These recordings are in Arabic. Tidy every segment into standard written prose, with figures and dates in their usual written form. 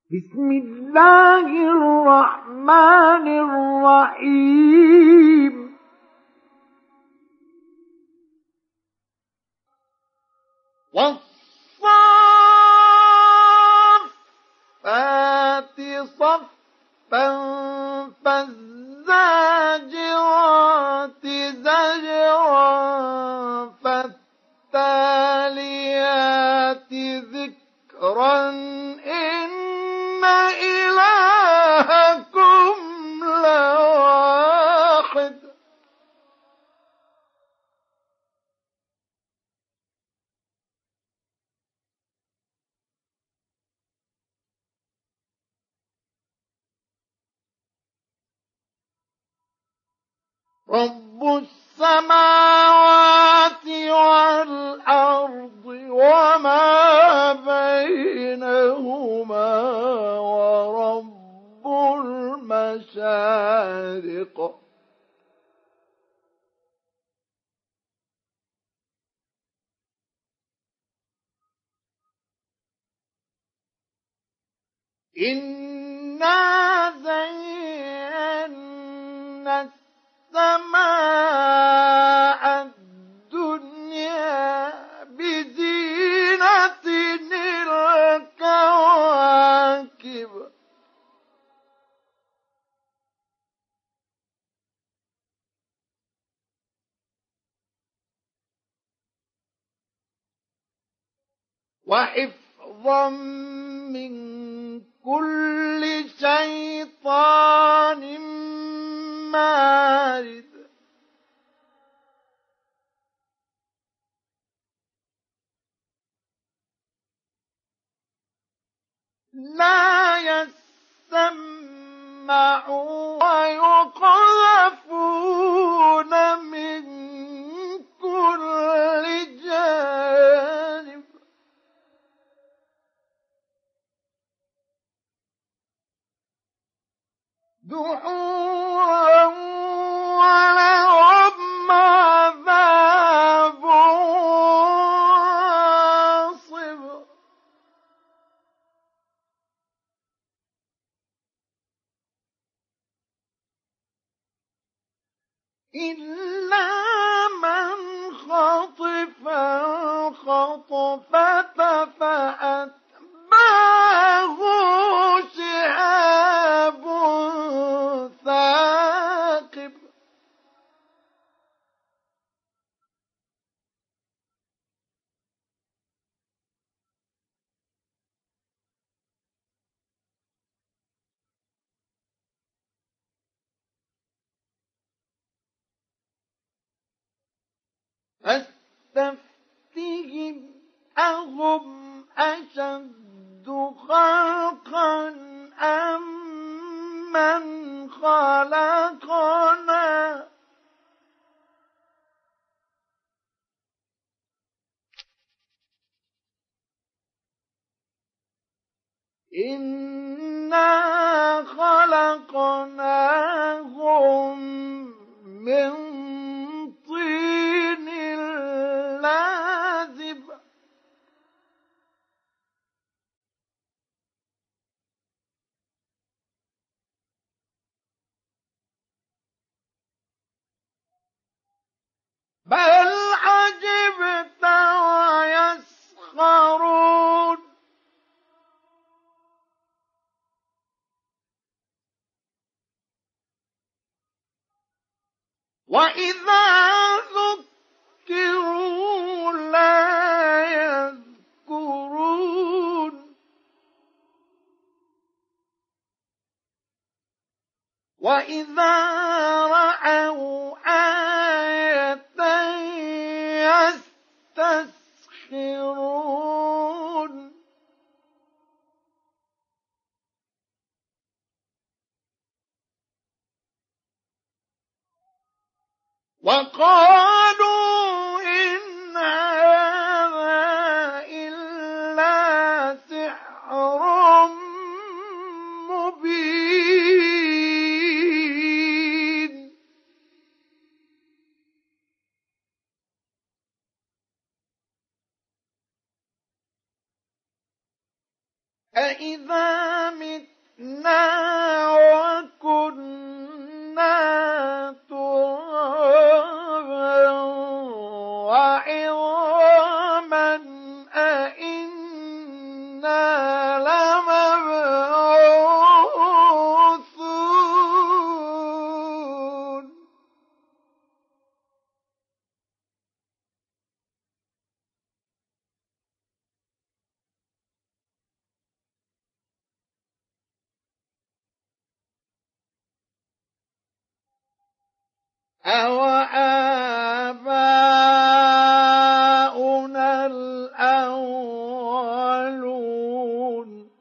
بسم الله الرحمن الرحيم والصافات صفا فالزاجرات زجرا فالتاليات ذكرا إن إلهكم لواحد رب السماوات والأرض وما بينهما ورب المشارق إنا زينا السماء الدنيا بزينة الكواكب وحفظا من كل شيطان مارد لا يسمعون ويقذفون من كل جانب دحورا ولهم عذاب واصب إلا من خطف الخطفة فأتبعه شهاب ثاقب فاستفتهم أهم أشد خلقا أم من خلقنا إنا خلقناهم من طين لازب بل عجبت ويسخرون وإذا ذكروا لا يذكرون وإذا رأوا آية يستسخرون وقالوا إن هذا إلا سحر مبين أإذا متنا وكنا ترابا وعظاما أإنا لمبعوثون أوآباؤنا الأولون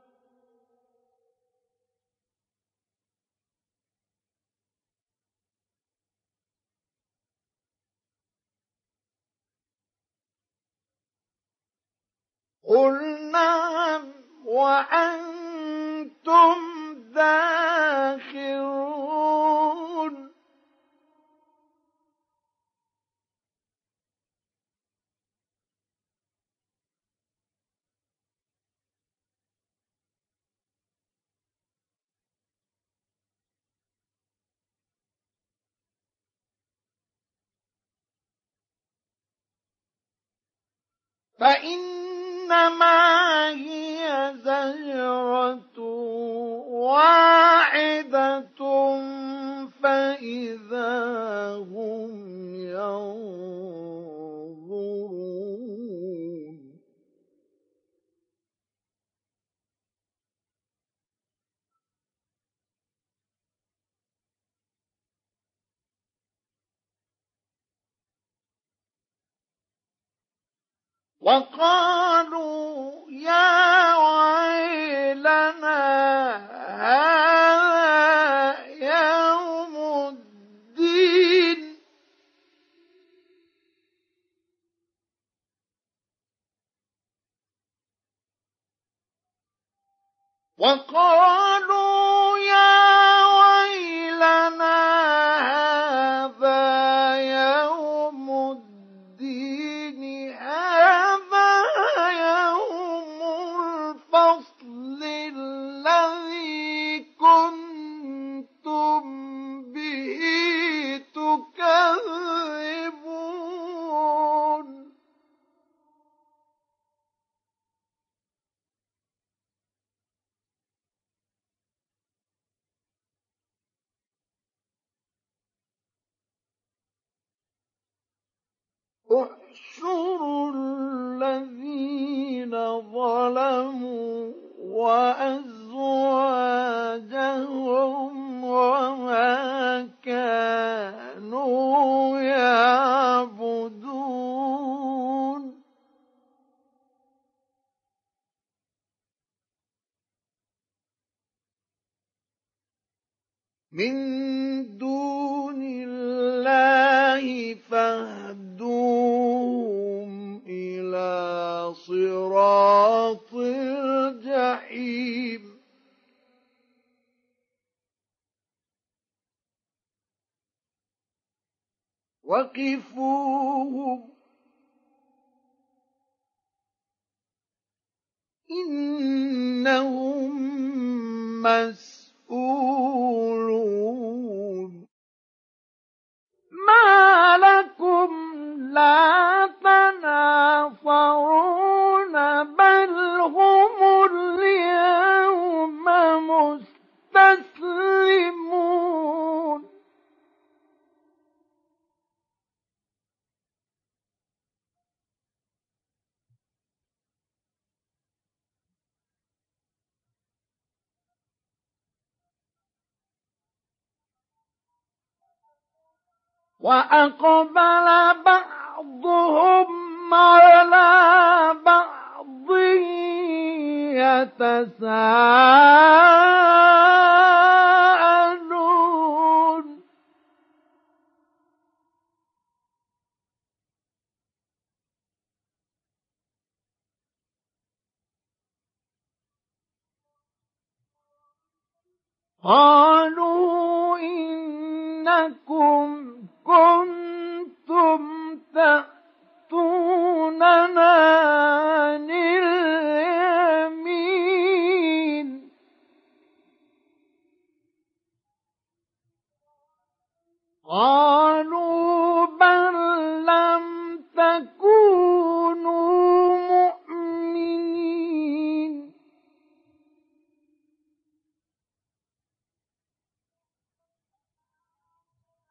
قل نعم وأنتم داخرون فإنما هي زجرة واحدة فإذا هم ينظرون وقالوا يا ويلنا هذا يوم الدين وقالوا يا ويلنا هذا يوم الدين هذا يوم الفصل الذي كنتم به تكذبون احشروا الذين ظلموا وأزواجهم وما كانوا يعبدون من دون الله فاهدوهم إلى صراط الجحيم وقفوهم إنهم مسؤولون ما لكم لا تناصرون بل هم اليوم مستسلمون وأقبل بعضهم على بعض يتساءلون قالوا إنكم كنتم تأتوننا عن اليمين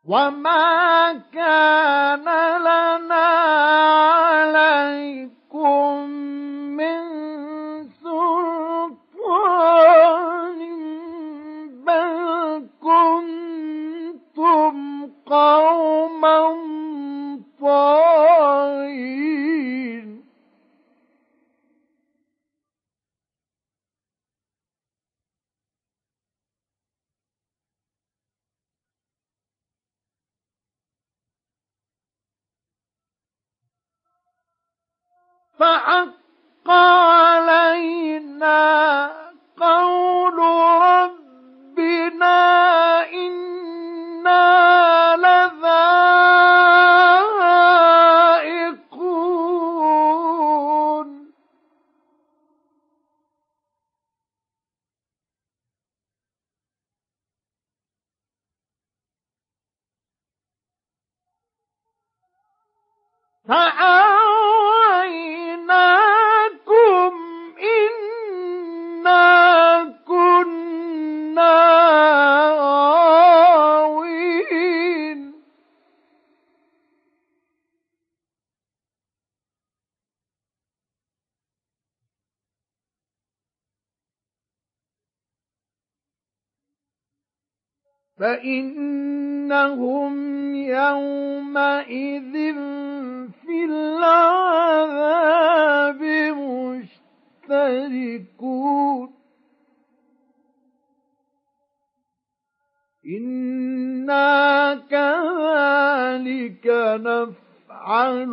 وما كان لنا عليكم من سلطان بل كنتم قوما طاغين فحق علينا قول ربنا إنا لذائقون فأغويناكم إنا كنا غاوين فإنهم يومئذ في العذاب مشتركون إنا كذلك نفعل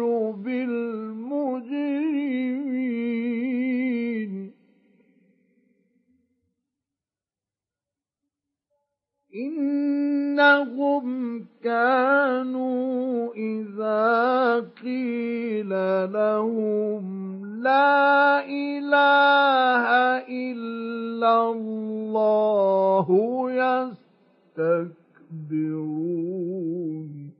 بالمجرمين إنهم كانوا إذا قيل لهم لا إله إلا الله يستكبرون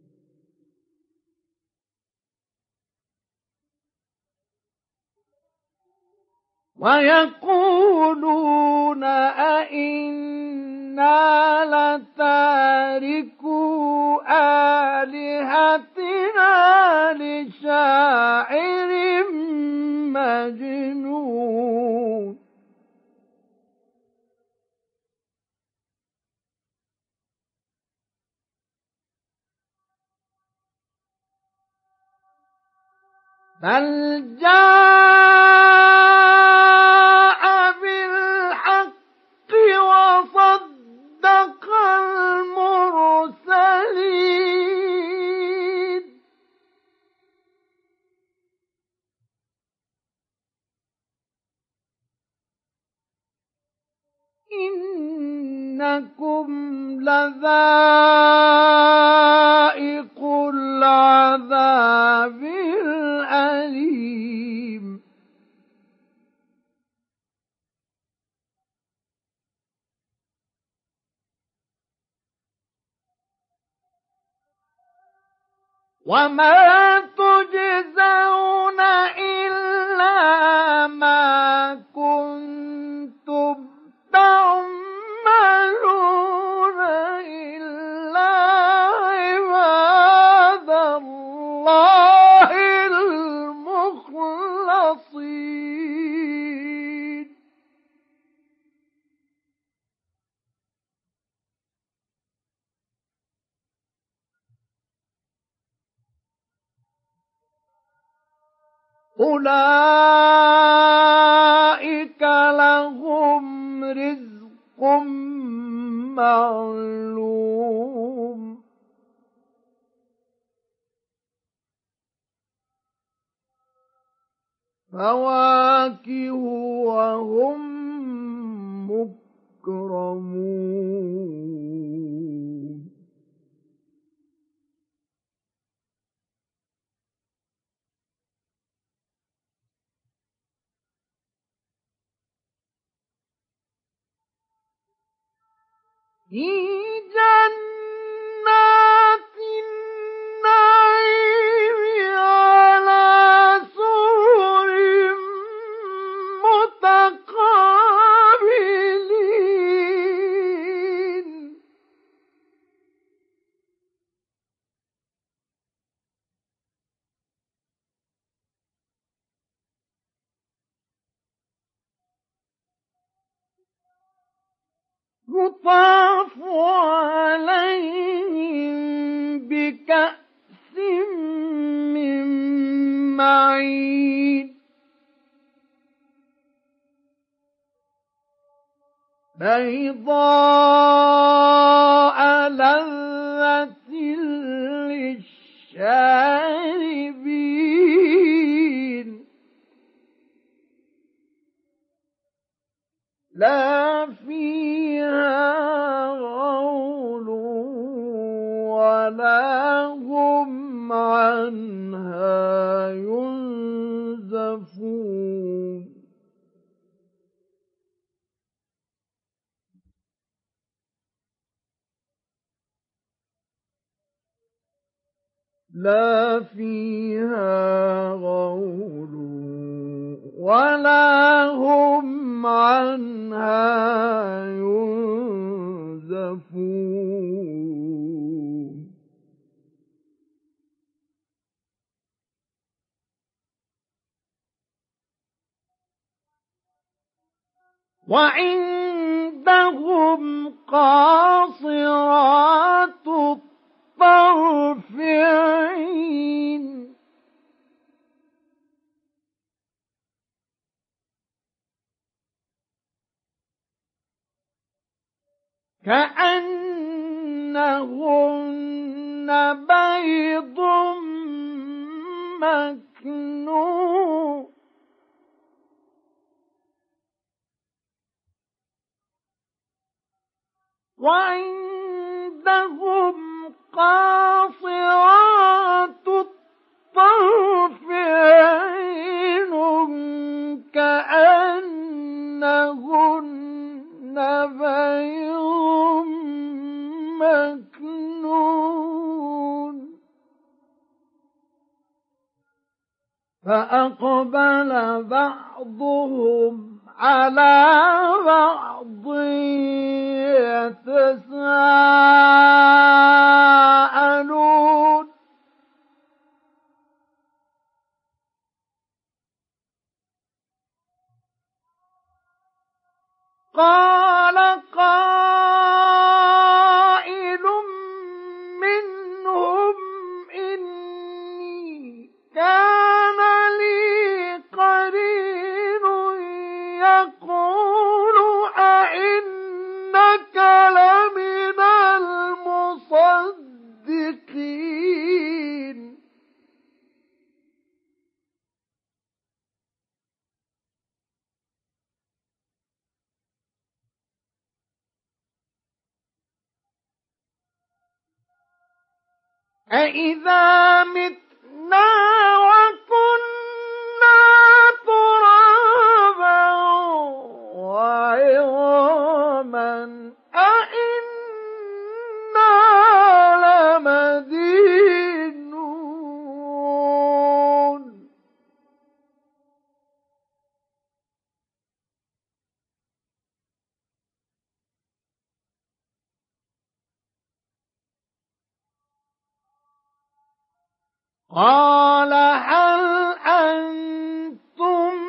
ويقولون أئنا لتاركو آلهتنا لشاعر مجنون بل جاء بالحق وصدق المرسلين إنكم لذائق العذاب الأليم وما تجزون إلا ما كنتم تعملون إلا عباد الله المخلصين أولئك لهم رزق معلوم فواكه وهم مكرمون في جنات النعيم على سرر متقابلين يطاف عليهم بكأس من معين بيضاء لذة للشاربين لا فيها غول ولا هم عنها ينزفون لا فيها غول ولا هم عنها ينزفون وعندهم قاصرات الطرف عين كأنهن بيض مكنون وعندهم قاصرات الطرف عين كأنهن بيض مكنون فأقبل بعضهم على بعض يتساءلون قال قائل منهم إني كان لي قرين يقول أئنك لمن المصدقين أإذا متنا وكنا ترابا وعظاما أإنا لمدينون قال هل أنتم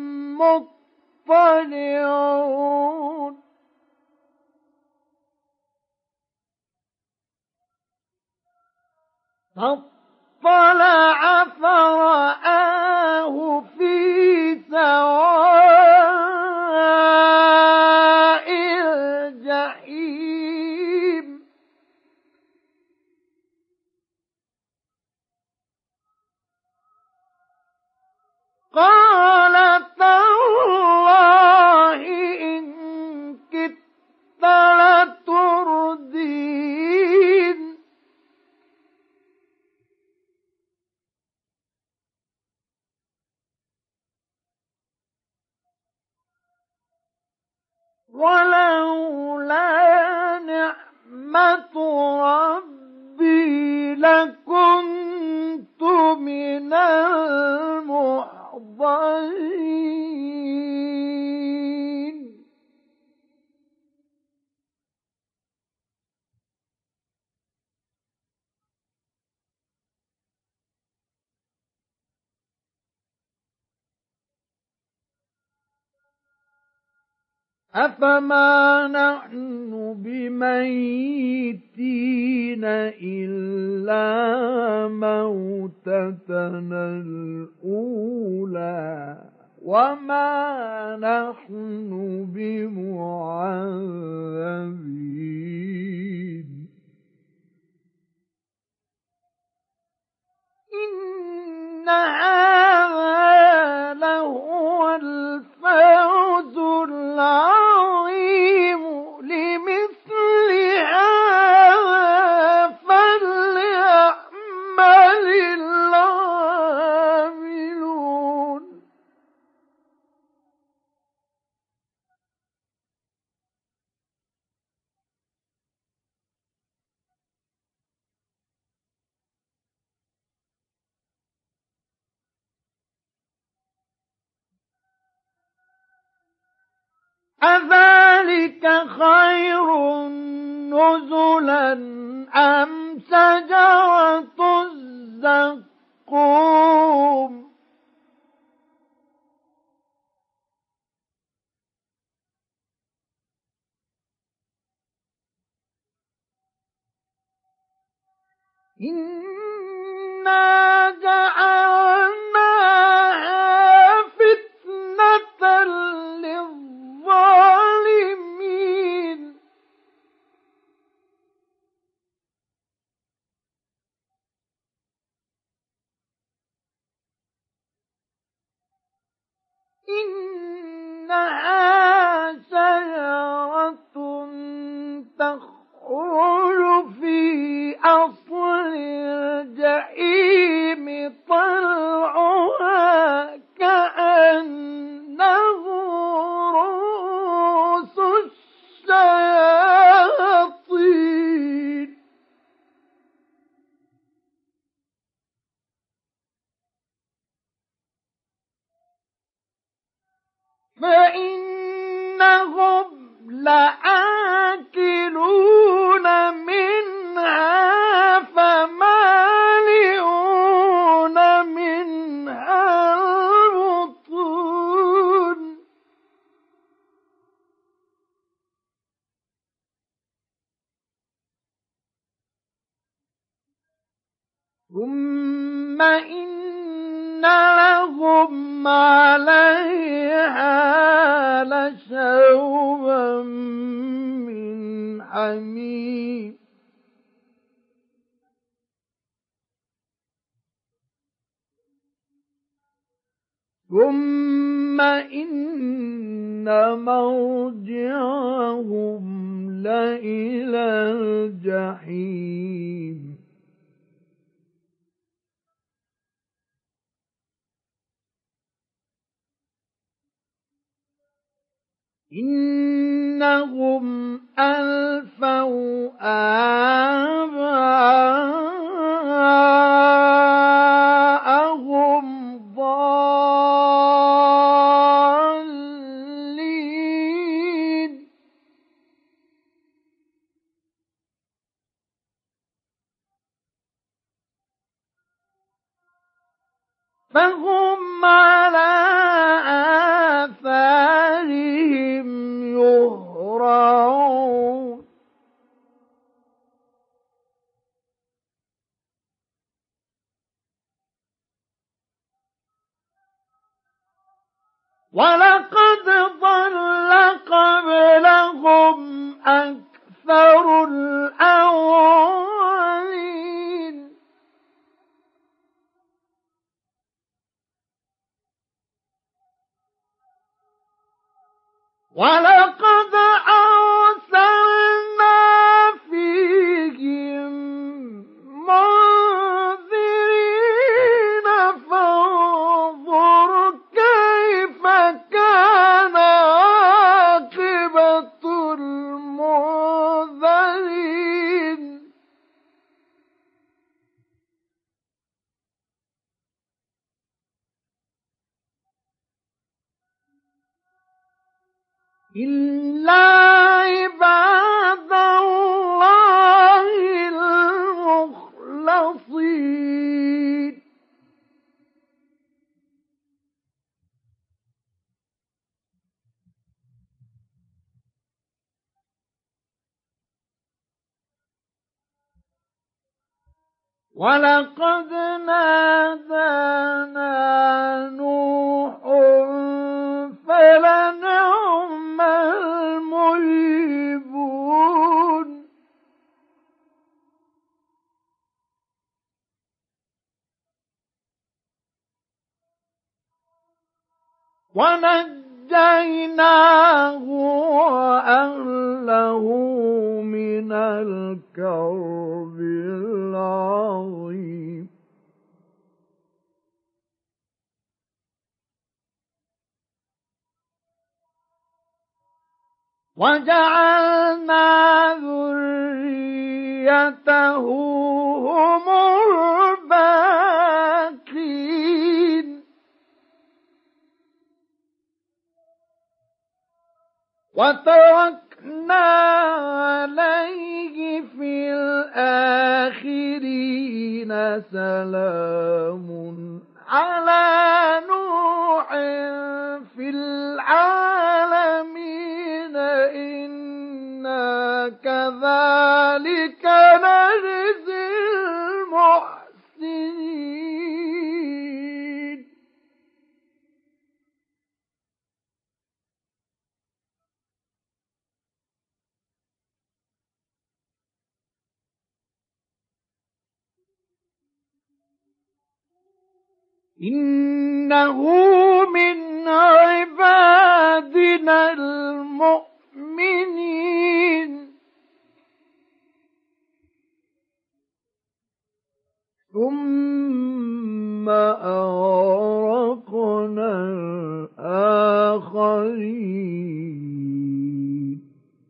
مطلعون فاطلع فرآه في سواء الجحيم قال تالله إن كدت لتردين ولولا نعمة ربي لكنت من المحضرين أفما نحن بميتين إلا موتتنا الأولى وما نحن بمعذبين إن هذا لهو الفوز العظيم لمثل هذا فليعمل العاملون أذلك خير نزلا أم شجرة الزقوم إنا جعلناها فتنة للظالمين إنها شجرة تخرج في أصل الجحيم طلعها كأنه رؤوس الشياطين فإنهم لآكلون منها فمالئون منها البطون ثم إن لهم عليها لشوبا من حميم ثم إن مرجعهم لإلى الجحيم إنهم ألفوا آباءهم ضالين فهم على آثارهم يهرعون ولقد ضل قبلهم أكثر الأولين ولقد أرسلنا فيهم منذرين فانظر كيف كان عاقبة المنذرين إلا عباد الله المخلصين ولقد نادانا نوح فلنعم المجيبون ونجيناه وأهله من الكرب العظيم وجعلنا ذريته هم الباقين وتركنا عليه في الآخرين سلام على نوح في العالمين إنا كذلك نجزي المحسنين إنه من عبادنا المؤمنين ثم أغرقنا الآخرين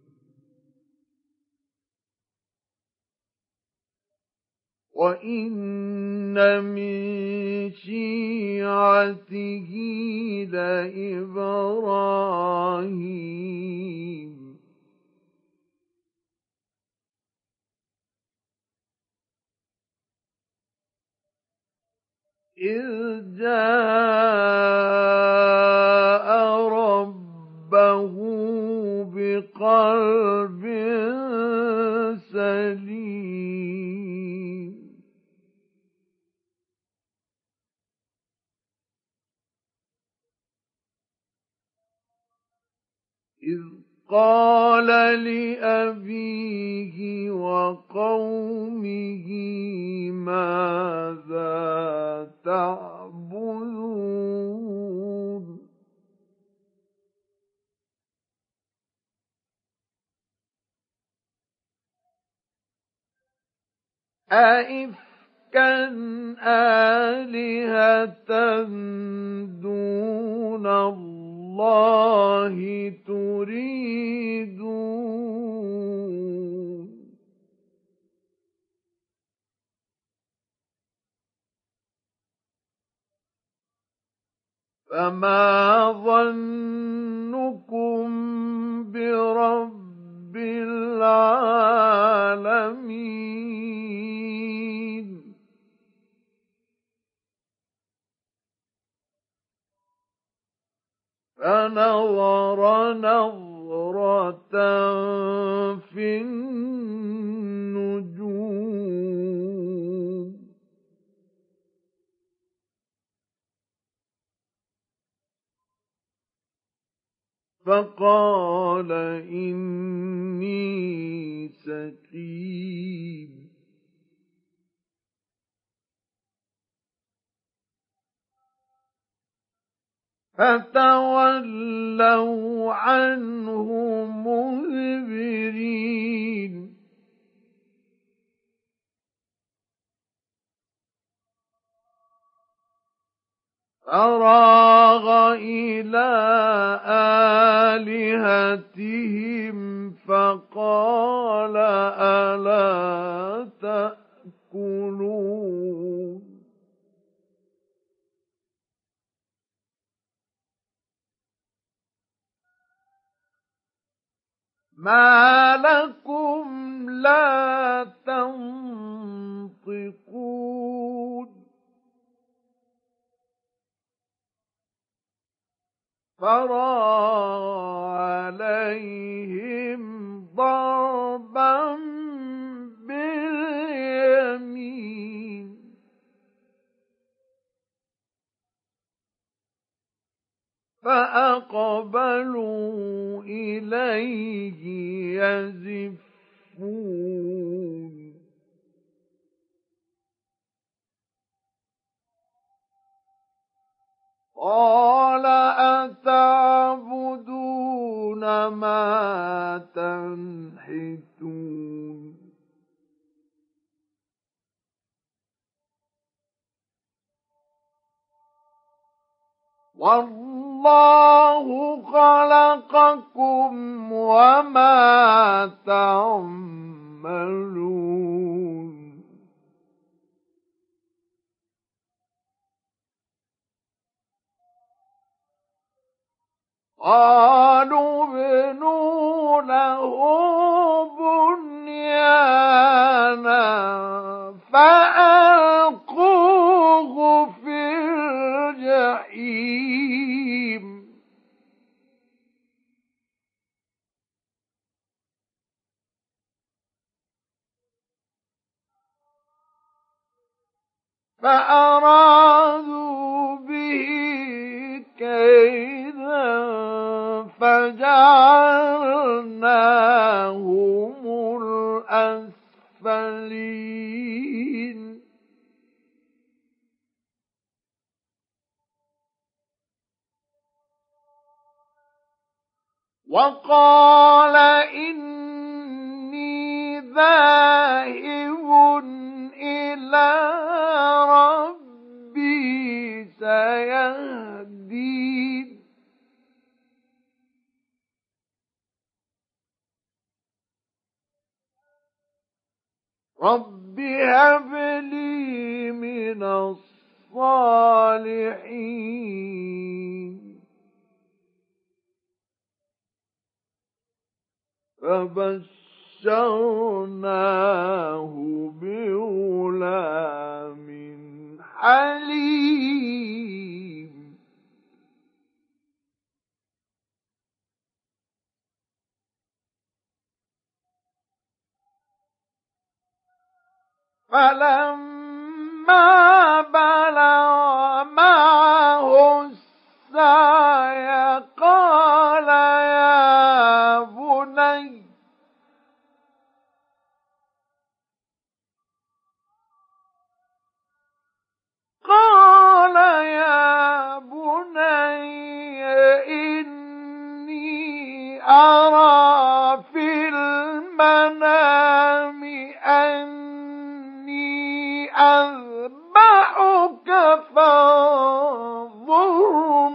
وإن من شيعته لإبراهيم إذ جاء ربه بقلب سليم إذ قال لأبيه وقومه ماذا تعبدون أئفكا آلهة دون الله تريدون فما ظنكم برب العالمين فنظر نظرة في النجوم فقال إني سقيم فتولوا عنه مدبرين فراغ إلى آلهتهم فقال ألا تأكلون ما لكم لا تنطقون فراغ عليهم ضربا باليمين فأقبلوا إليه يزفون قال أتعبدون ما تنحتون والله خلقكم وما تعملون قالوا ابنوا له بنيانا فألقوه في الجحيم فأرادوا به كيدا فجعلناهم الأسفلين وقال إني ذاهب إلى ربي سيهدين رب هب لي من الصالحين فبشرناه بغلام حليم فلما بلغ معه السعي قال يا بني إني أرى في المنام أني أذبحك فانظر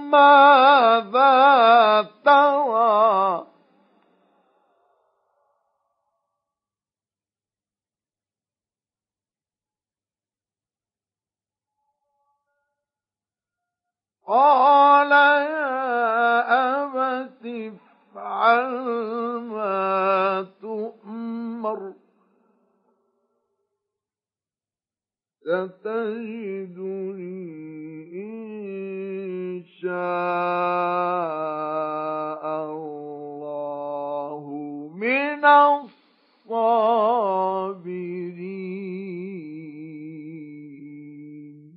ماذا ترى قال يا أبت افعل ما تؤمر ستجدني إن شاء الله من الصابرين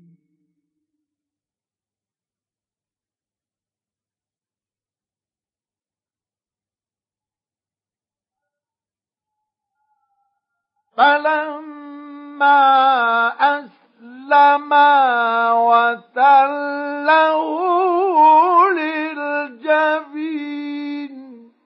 فلما أسلما وتله للجبين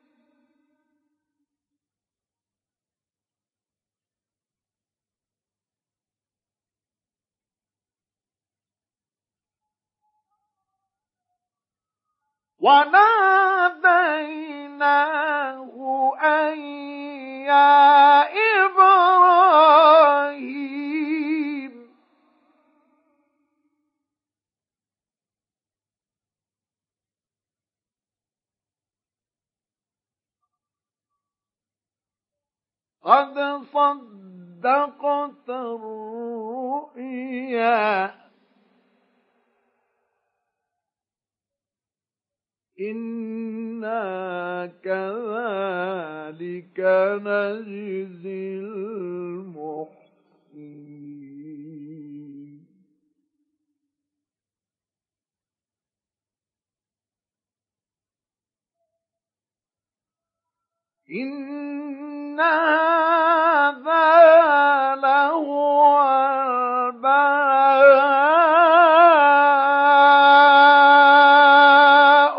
وناديناه أن يا إبراهيم قد صدقت الرؤيا إنا كذلك نجزي المحسنين إن هذا لهو البلاء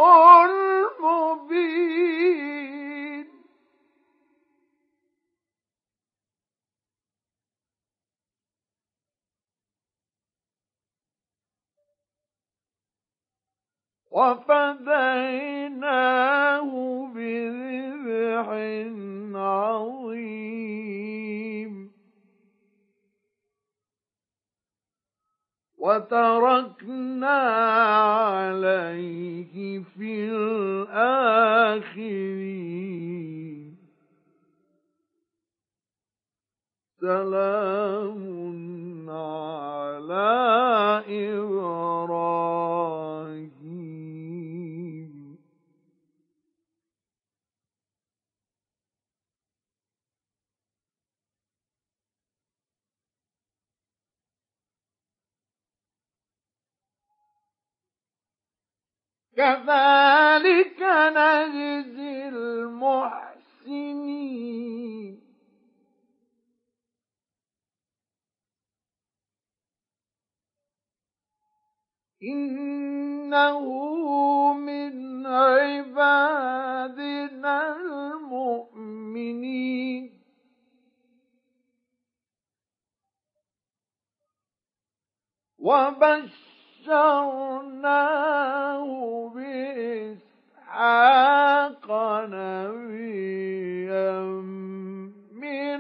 المبين. وفديناه بذبح عظيم وتركنا عليه في الآخرين. سلام على إبراهيم. كذلك نجزي المحسنين. إنه من عبادنا المؤمنين. وبشرناه بإسحاق نبيا من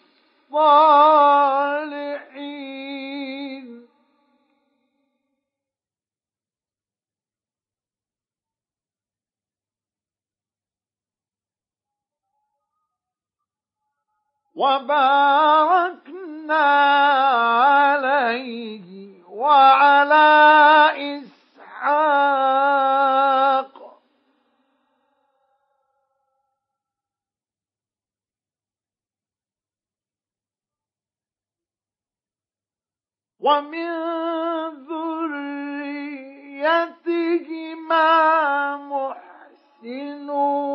الصالحين. وباركنا عليه وعلى إسحاق ومن ذريتهما محسن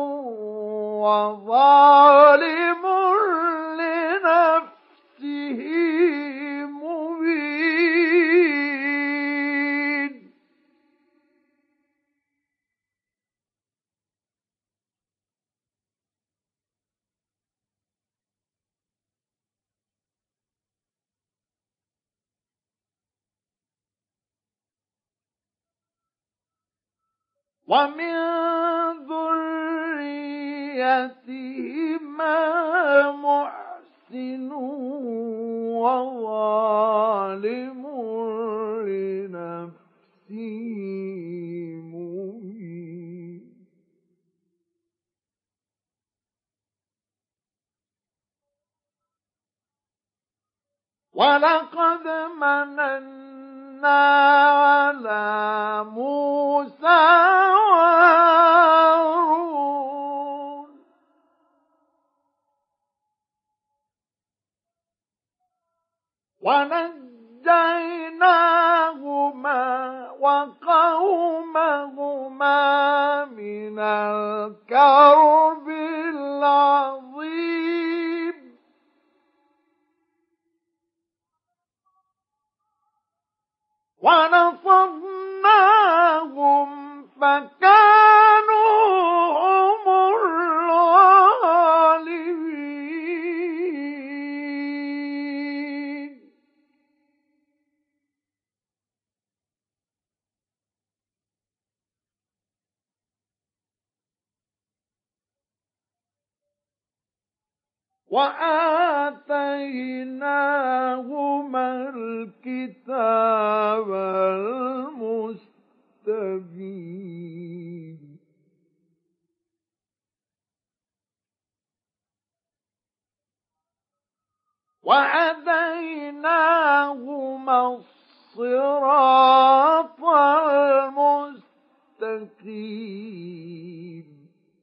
وظالم لنفسه مبين. ومن ذريتهما محسن وظالم لنفسه مبين. ولقد مننا على موسى وهارون ونجيناهما وقومهما من الكرب العظيم. ونصرناهم فكانوا هم الغالبين. وآتيناهما الكتاب المستبين. وهديناهما الصراط المستقيم.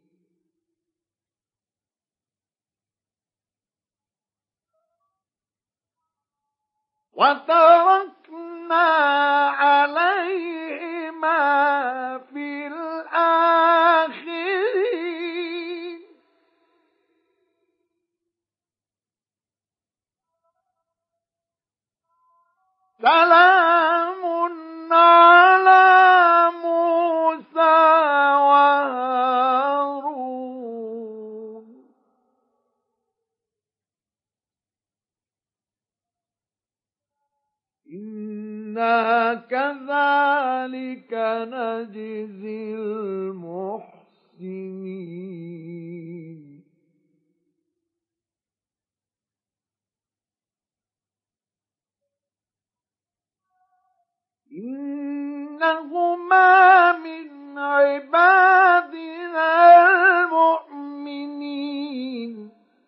وتركنا عليهما في الآخرين. سلام على موسى وهارون إنا كذلك نجزي المحسنين إنهما من عبادنا المؤمنين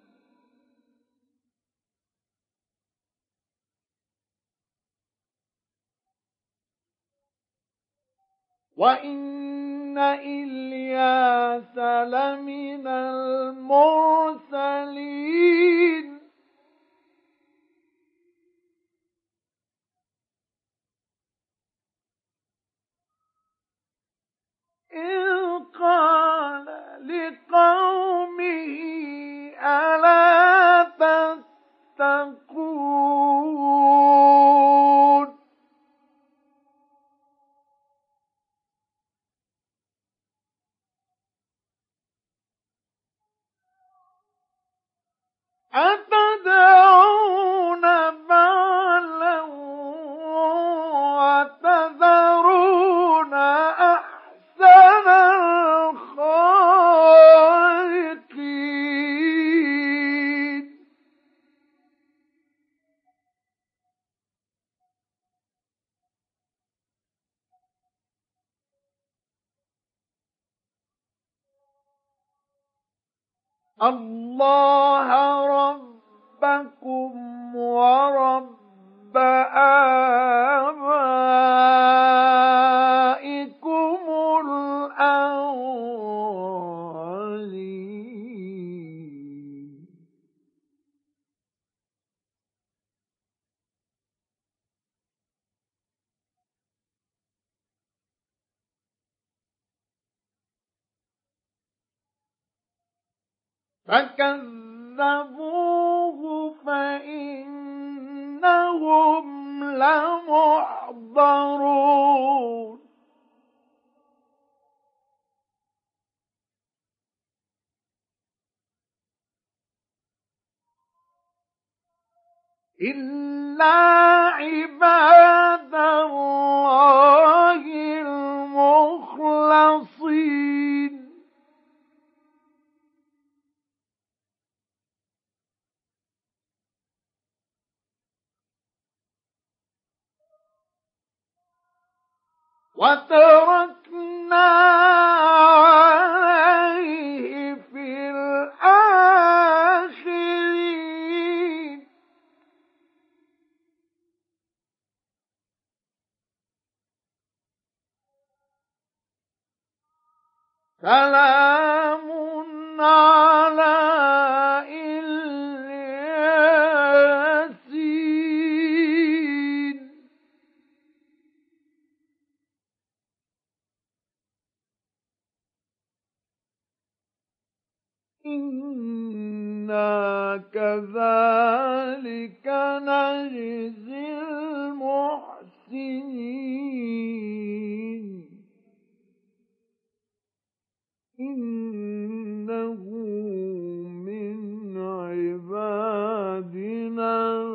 وإن إلياس لمن المرسلين إذ قال لقومه ألا تتقون أتدعون بعلا وتذرون أحسن الخالقين الله ربكم ورب آبائكم الأولين فكذبوه فإنهم لمحضرون إلا عباد الله المخلصين وتركنا عليه في الآخرين سلام على الياسين إنا كذلك نجزي المحسنين إنه من عبادنا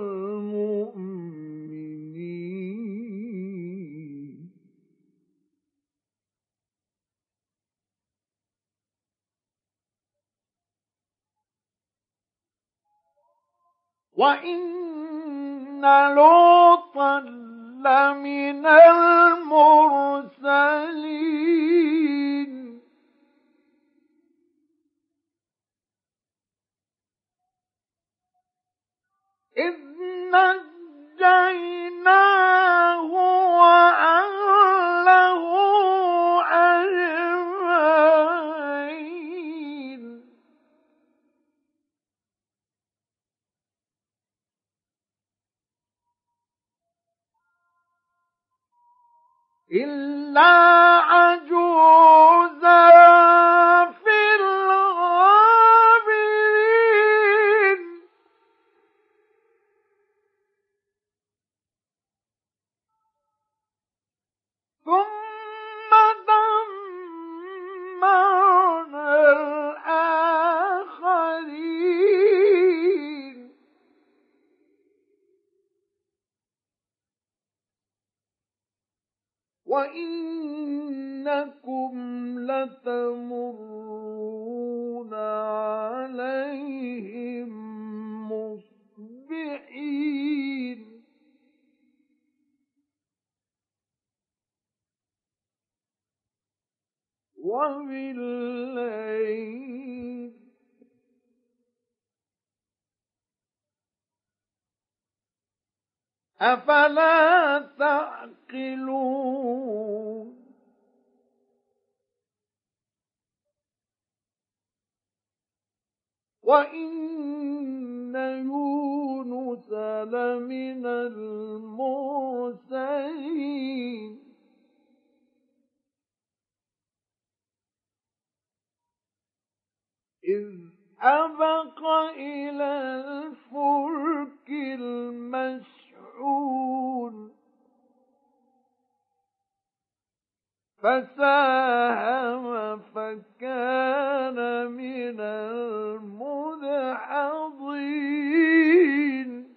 المؤمنين وإن لوطا لمن المرسلين إذ نجيناه وأهله أجمعين إلا عجوزا في الغابرين وَإِنَّكُمْ لَتَمُرُّونَ عَلَيْهِم مُصْبِحِينَ وَبِاللَّيْلِ ۗ أَفَلَا تَعْقِلُونَ وَإِنَّ يُونُسَ لَمِنَ الْمُرْسَلِينَ إِذْ أَبَقَ إِلَى الْفُلْكِ الْمَشْحُونِ فَسَاهَمَ فَكَانَ مِنَ الْمُدْحَضِينَ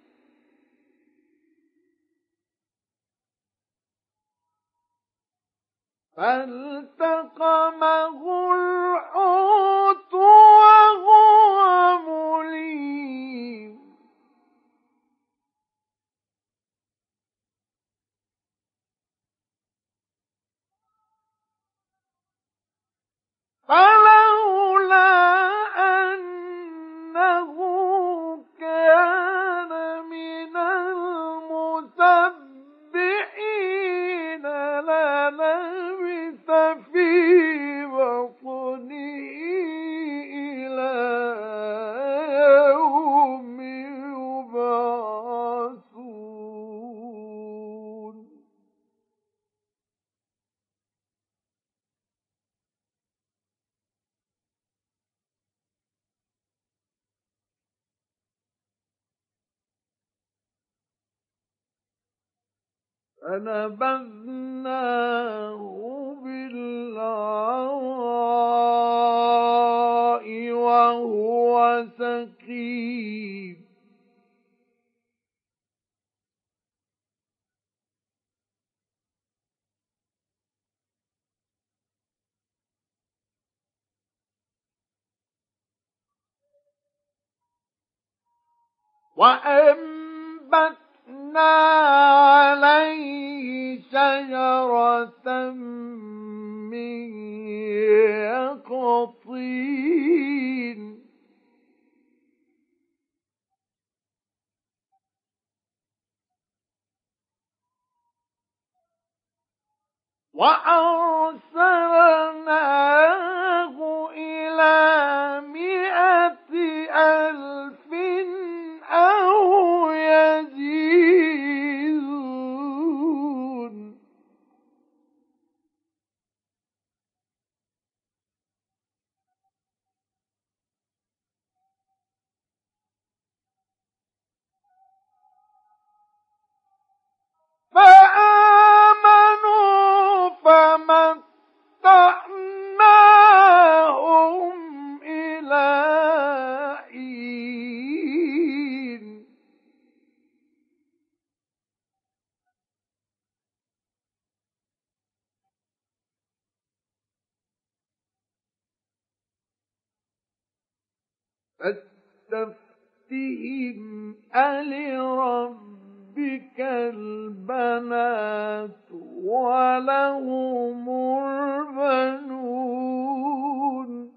فَالْتَقَمَهُ الْحُوتُ وَهُوَ مُلِيمٌ فَلَوْلَا أَنَّهُ كَانَ مِنَ الْمُسَبِّحِينَ لَلَبِثَ فِي بَطْنِهِ إِلَى يَوْمِ يُبْعَثُونَ فَنَبَذْنَاهُ بِالْعَرَاءِ وَهُوَ سَقِيمٌ وَأَنبَتْنَا عَلَيْهِ شَجَرَةً مِّن يَقْطِينٍ وَأَرْسَلْنَاهُ إِلَى 100,000 أَوْ يَزِيدُونَ فَآمَنُوا فَمَتَّعْنَاهُمْ إِلَىٰ حِينٍ فَاسْتَفْتِهِمْ أَلِرَبِّكَ الْبَنَاتُ وَلَهُمُ الْبَنُونَ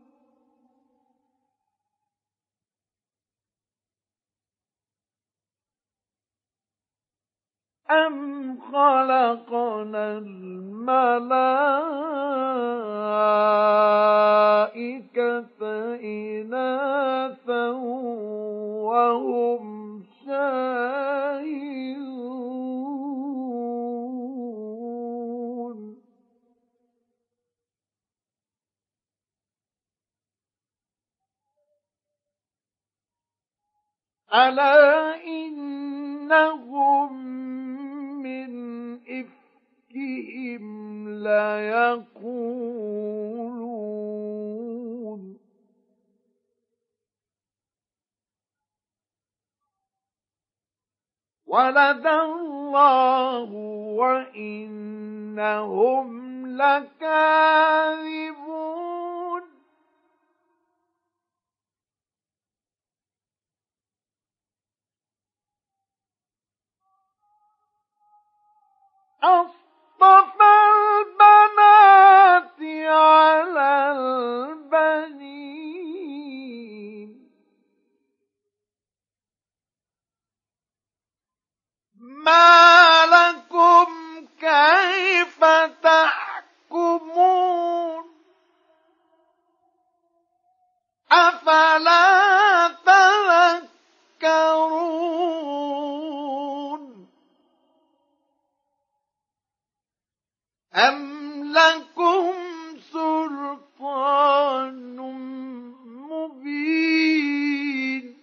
أَمْ خَلَقْنَا الْمَلَائِكَةَ إِنَاثًا وَهُمْ شَاهِدُونَ أَلَا إِنَّهُمْ مِنْ إِفْكِهِمْ لَيَقُولُونَ ولد الله وإنهم لكاذبون أصطفى البنات على البنين ما لكم كيف تحكمون أفلا تذكرون أم لكم سلطان مبين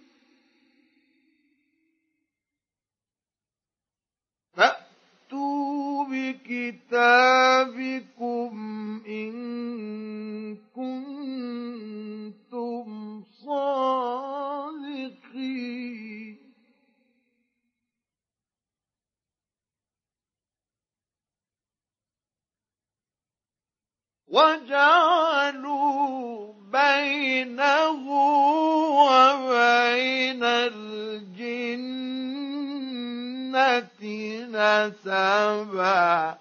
فأتوا بكتابكم إن كنتم صادقين وجعلوا بينه وبين الجنة نسبا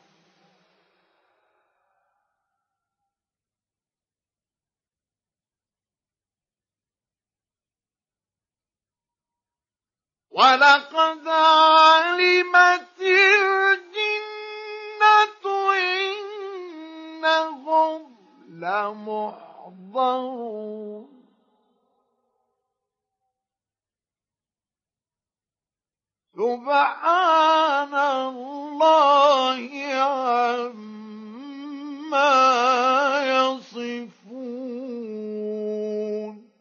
ولقد علمت الجنة إنهم لمحضرون سبحان الله عما يصفون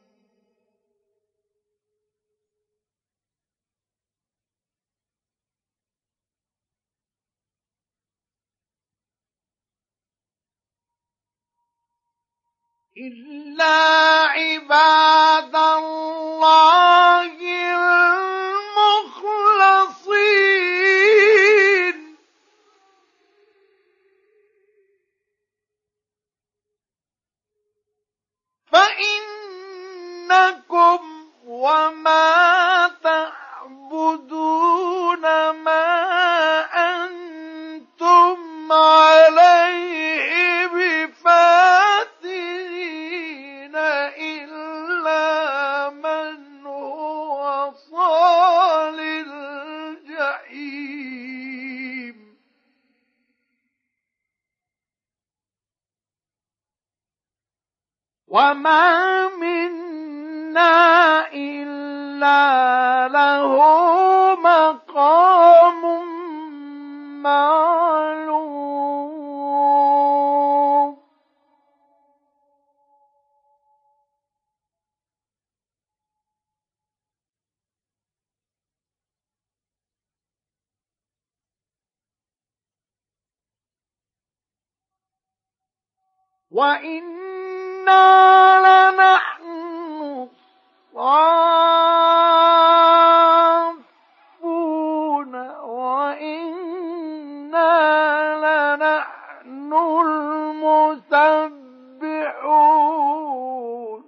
إلا عباد الله المخلصين فإنكم وما تعبدون ما أنتم عليه بفاتنين إلا من هو صال الجحيم وما منا إلا له مقام معلوم وإنا لنحن الصافون وإنا لنحن المسبحون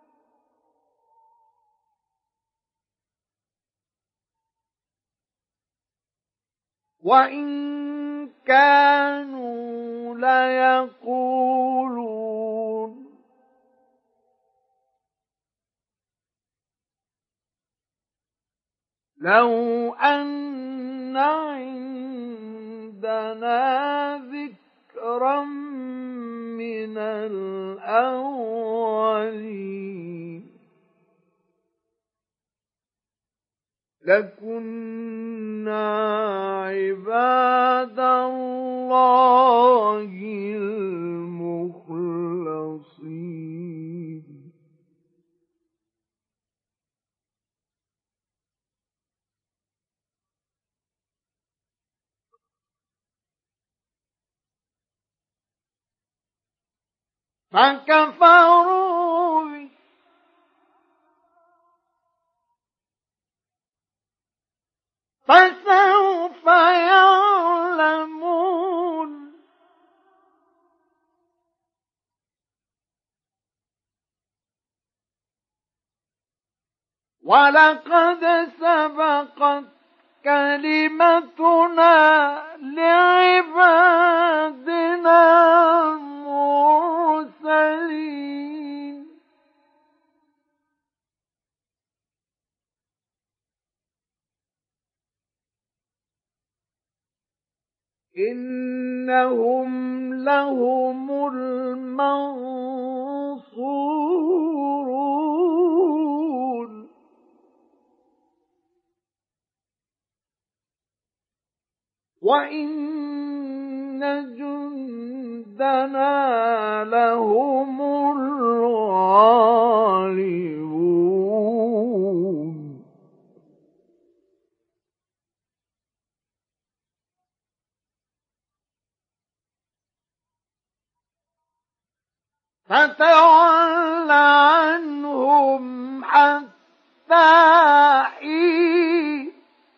وإن كانوا ليقولون لو أن عندنا ذكرا من الأولين لكنا عباد الله المخلصين فكفروا به فسوف يعلمون ولقد سبقت كلمتنا لعبادنا المرسلين إنهم لهم المنصورون وإن جندنا لهم الغالبون فتول عنهم حتى حين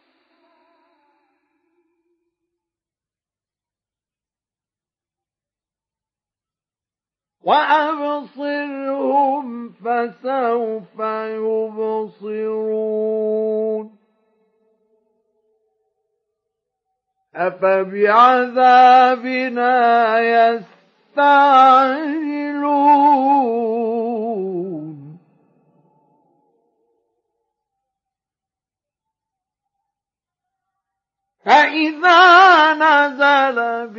وأبصرهم فسوف يبصرون أفبعذابنا يستعجلون فإذا نزل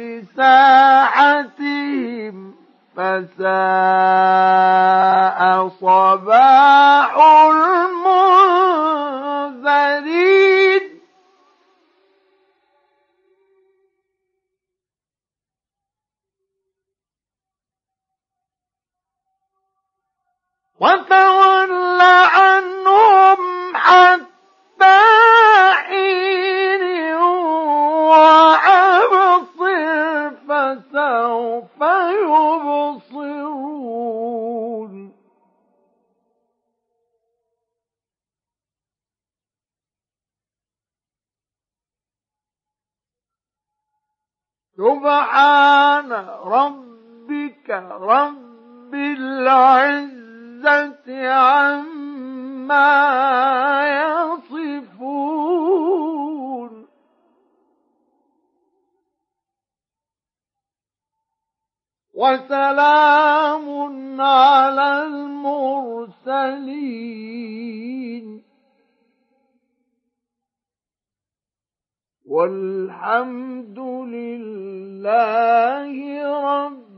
بساحتهم فساء صباح المنذرين وتول عنهم حتى حين وأبصر فسوف يبصرون سبحان ربك رب العزة عما يصفون وسلام على المرسلين والحمد لله رب